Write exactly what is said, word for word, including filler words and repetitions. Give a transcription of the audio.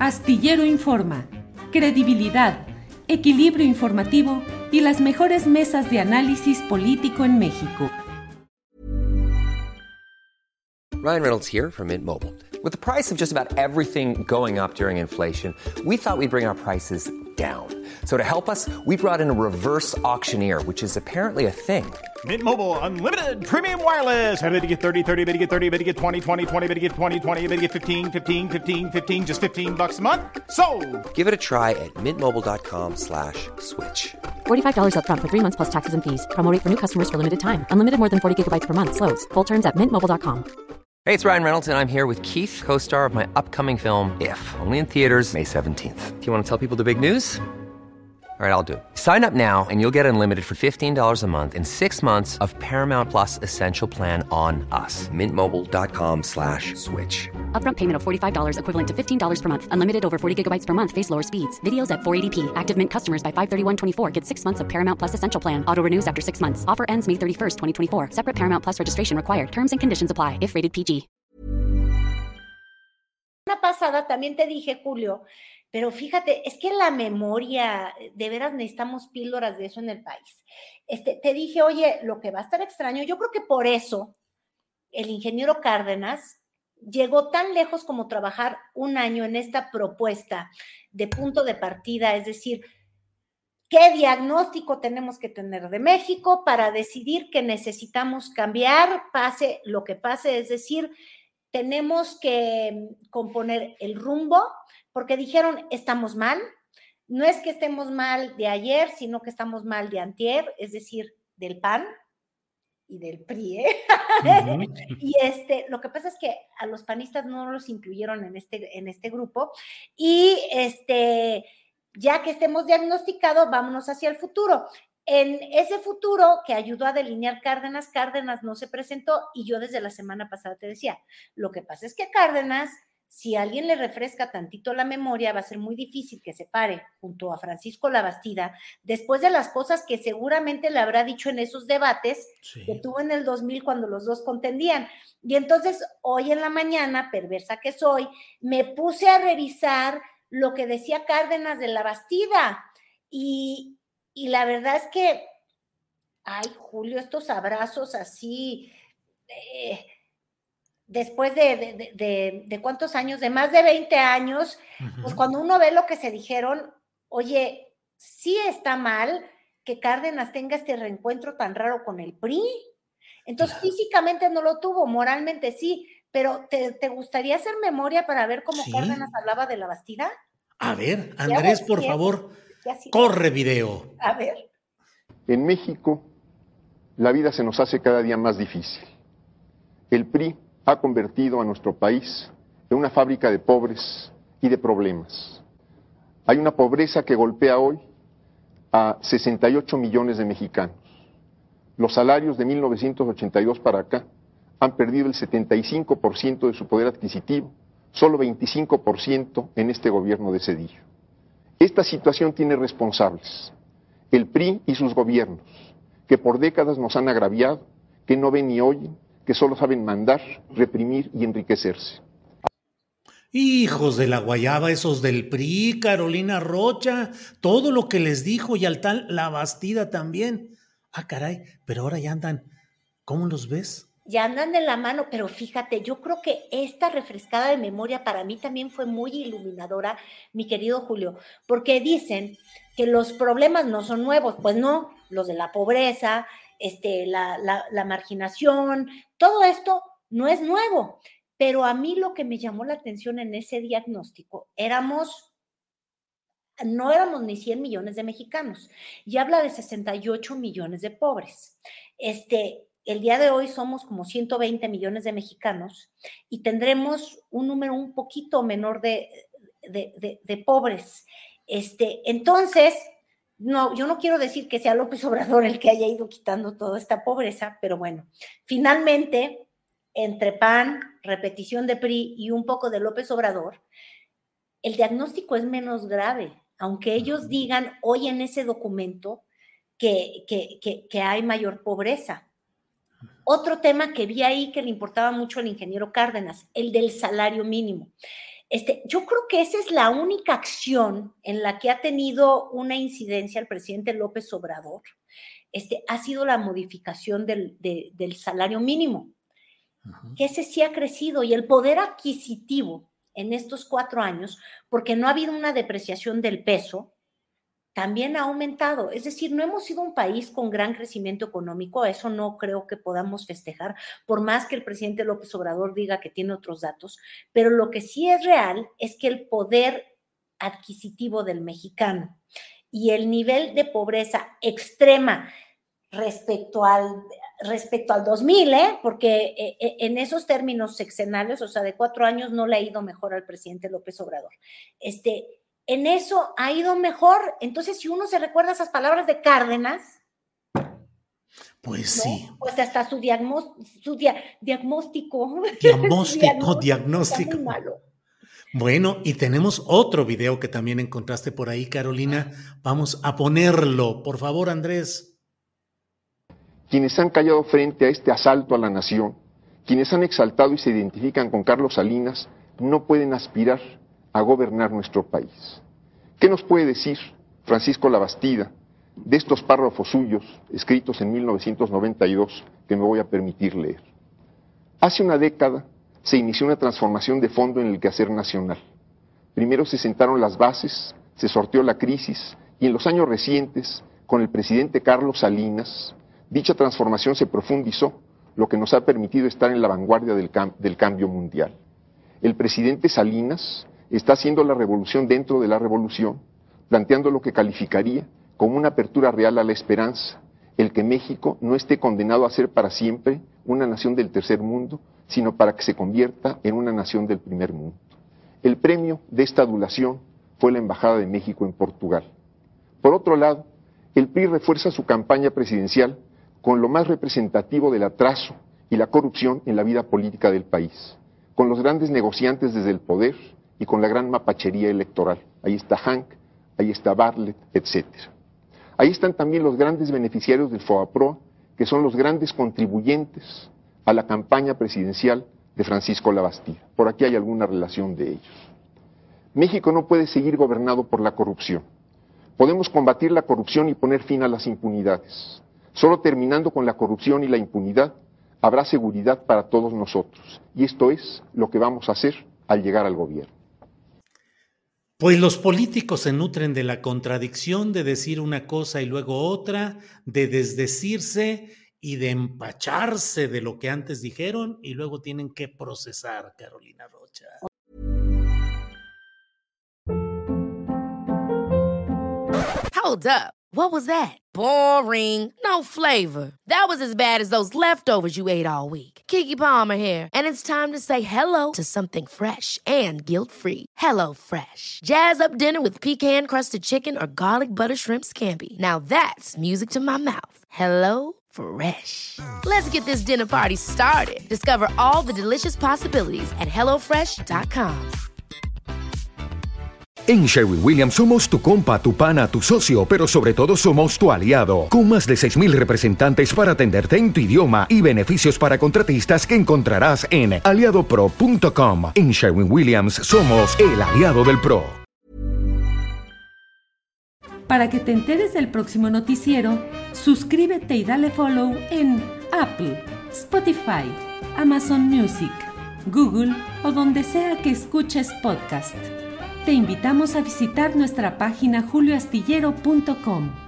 Astillero Informa, credibilidad, equilibrio informativo y las mejores mesas de análisis político en México. Ryan Reynolds here from Mint Mobile. With the price of just about everything going up during inflation, we thought we'd bring our prices down. So to help us, we brought in a reverse auctioneer, which is apparently a thing. Mint Mobile Unlimited Premium Wireless. How to get thirty, thirty, how to get thirty, how to get twenty, twenty, twenty, how to get twenty, twenty, how to get fifteen, fifteen, fifteen, fifteen, just fifteen bucks a month? Sold! Give it a try at mintmobile.com slash switch. forty-five dollars up front for three months plus taxes and fees. Promo rate for new customers for limited time. Unlimited more than forty gigabytes per month. Slows full terms at mint mobile dot com. Hey, it's Ryan Reynolds, and I'm here with Keith, co-star of my upcoming film, If, only in theaters May seventeenth. Do you want to tell people the big news? All right, I'll do it. Sign up now and you'll get unlimited for fifteen dollars a month and six months of Paramount Plus Essential Plan on us. Mintmobile.com slash switch. Upfront payment of forty-five dollars equivalent to fifteen dollars per month. Unlimited over forty gigabytes per month. Face lower speeds. Videos at four eighty p. Active Mint customers by five thirty-one twenty-four get six months of Paramount Plus Essential Plan. Auto renews after six months. Offer ends May thirty-first, twenty twenty-four. Separate Paramount Plus registration required. Terms and conditions apply if rated P G. La pasada también te dije, Julio, pero fíjate, es que la memoria, de veras necesitamos píldoras de eso en el país. Este, te dije, oye, lo que va a estar extraño, yo creo que por eso el ingeniero Cárdenas llegó tan lejos como trabajar un año en esta propuesta de punto de partida, es decir, ¿qué diagnóstico tenemos que tener de México para decidir que necesitamos cambiar, pase lo que pase? Es decir, tenemos que componer el rumbo, porque dijeron, estamos mal, no es que estemos mal de ayer, sino que estamos mal de antier, es decir, del P A N y del P R I, ¿eh? Uh-huh. Y este, lo que pasa es que a los panistas no los incluyeron en este, en este grupo, y este, ya que estemos diagnosticados, vámonos hacia el futuro. En ese futuro que ayudó a delinear Cárdenas, Cárdenas no se presentó, y yo desde la semana pasada te decía, lo que pasa es que Cárdenas, si alguien le refresca tantito la memoria, va a ser muy difícil que se pare junto a Francisco Labastida, después de las cosas que seguramente le habrá dicho en esos debates sí. que tuvo en el dos mil cuando los dos contendían. Y entonces, hoy en la mañana, perversa que soy, me puse a revisar lo que decía Cárdenas de Labastida, y, y la verdad es que, ay, Julio, estos abrazos así... Eh, después de, de, de, de cuántos años, de más de veinte años, uh-huh. pues cuando uno ve lo que se dijeron, oye, sí está mal que Cárdenas tenga este reencuentro tan raro con el P R I. Entonces, claro. Físicamente no lo tuvo, moralmente sí, pero ¿te, te gustaría hacer memoria para ver cómo ¿Sí? Cárdenas hablaba de Labastida? A ver, Andrés, por tiempo. favor, corre video. A ver. En México, la vida se nos hace cada día más difícil. El P R I ha convertido a nuestro país en una fábrica de pobres y de problemas. Hay una pobreza que golpea hoy a sesenta y ocho millones de mexicanos. Los salarios de mil novecientos ochenta y dos para acá han perdido el setenta y cinco por ciento de su poder adquisitivo, solo veinticinco por ciento en este gobierno de Zedillo. Esta situación tiene responsables, el P R I y sus gobiernos, que por décadas nos han agraviado, que no ven ni oyen, que solo saben mandar, reprimir y enriquecerse. Hijos de la guayaba, esos del P R I, Carolina Rocha, todo lo que les dijo, y al tal Labastida también. Ah, caray, pero ahora ya andan, ¿cómo los ves? Ya andan de la mano, pero fíjate, yo creo que esta refrescada de memoria para mí también fue muy iluminadora, mi querido Julio, porque dicen que los problemas no son nuevos, pues no, los de la pobreza, este, la, la, la marginación, todo esto no es nuevo, pero a mí lo que me llamó la atención en ese diagnóstico, éramos, no éramos ni cien millones de mexicanos, y habla de sesenta y ocho millones de pobres. Este, el día de hoy somos como ciento veinte millones de mexicanos, y tendremos un número un poquito menor de, de, de, de pobres. Este, entonces, no, yo no quiero decir que sea López Obrador el que haya ido quitando toda esta pobreza, pero bueno, finalmente, entre P A N, repetición de P R I y un poco de López Obrador, el diagnóstico es menos grave, aunque ellos digan hoy en ese documento que, que, que, que hay mayor pobreza. Otro tema que vi ahí que le importaba mucho al ingeniero Cárdenas, el del salario mínimo. Este, yo creo que esa es la única acción en la que ha tenido una incidencia el presidente López Obrador. Este, ha sido la modificación del, de, del salario mínimo, uh-huh. que ese sí ha crecido, y el poder adquisitivo en estos cuatro años, porque no ha habido una depreciación del peso, también ha aumentado. Es decir, no hemos sido un país con gran crecimiento económico, eso no creo que podamos festejar, por más que el presidente López Obrador diga que tiene otros datos, pero lo que sí es real es que el poder adquisitivo del mexicano y el nivel de pobreza extrema respecto al, respecto al dos mil, ¿eh? porque eh, en esos términos sexenales, o sea, de cuatro años, no le ha ido mejor al presidente López Obrador. Este, en eso ha ido mejor. Entonces, si uno se recuerda esas palabras de Cárdenas, pues ¿no? sí. Pues hasta su, diagmo, su dia, diagnóstico. Diagnóstico, diagnóstico. Está muy malo. Bueno, y tenemos otro video que también encontraste por ahí, Carolina. Vamos a ponerlo. Por favor, Andrés. Quienes han callado frente a este asalto a la nación, quienes han exaltado y se identifican con Carlos Salinas, no pueden aspirar a gobernar nuestro país. ¿Qué nos puede decir Francisco Labastida de estos párrafos suyos, escritos en mil novecientos noventa y dos, que me voy a permitir leer? Hace una década se inició una transformación de fondo en el quehacer nacional. Primero se sentaron las bases, se sorteó la crisis, y en los años recientes, con el presidente Carlos Salinas, dicha transformación se profundizó, lo que nos ha permitido estar en la vanguardia del, cam- del cambio mundial. El presidente Salinas está haciendo la revolución dentro de la revolución, planteando lo que calificaría como una apertura real a la esperanza, el que México no esté condenado a ser para siempre una nación del tercer mundo, sino para que se convierta en una nación del primer mundo. El premio de esta adulación fue la Embajada de México en Portugal. Por otro lado, el P R I refuerza su campaña presidencial con lo más representativo del atraso y la corrupción en la vida política del país, con los grandes negociantes desde el poder y con la gran mapachería electoral. Ahí está Hank, ahí está Bartlett, etcétera. Ahí están también los grandes beneficiarios del FOBAPROA, que son los grandes contribuyentes a la campaña presidencial de Francisco Labastida. Por aquí hay alguna relación de ellos. México no puede seguir gobernado por la corrupción. Podemos combatir la corrupción y poner fin a las impunidades. Solo terminando con la corrupción y la impunidad habrá seguridad para todos nosotros. Y esto es lo que vamos a hacer al llegar al gobierno. Pues los políticos se nutren de la contradicción de decir una cosa y luego otra, de desdecirse y de empacharse de lo que antes dijeron y luego tienen que procesar, Carolina Rocha. Hold up. What was that? Boring. No flavor. That was as bad as those leftovers you ate all week. Keke Palmer here, and it's time to say hello to something fresh and guilt-free. Hello Fresh. Jazz up dinner with pecan-crusted chicken or garlic butter shrimp scampi. Now that's music to my mouth. Hello Fresh. Let's get this dinner party started. Discover all the delicious possibilities at hello fresh dot com. En Sherwin-Williams somos tu compa, tu pana, tu socio, pero sobre todo somos tu aliado, con más de seis mil representantes para atenderte en tu idioma y beneficios para contratistas que encontrarás en aliado pro punto com. En Sherwin-Williams somos el aliado del pro. Para que te enteres del próximo noticiero, suscríbete y dale follow en Apple, Spotify, Amazon Music, Google o donde sea que escuches podcast. Te invitamos a visitar nuestra página julio astillero punto com.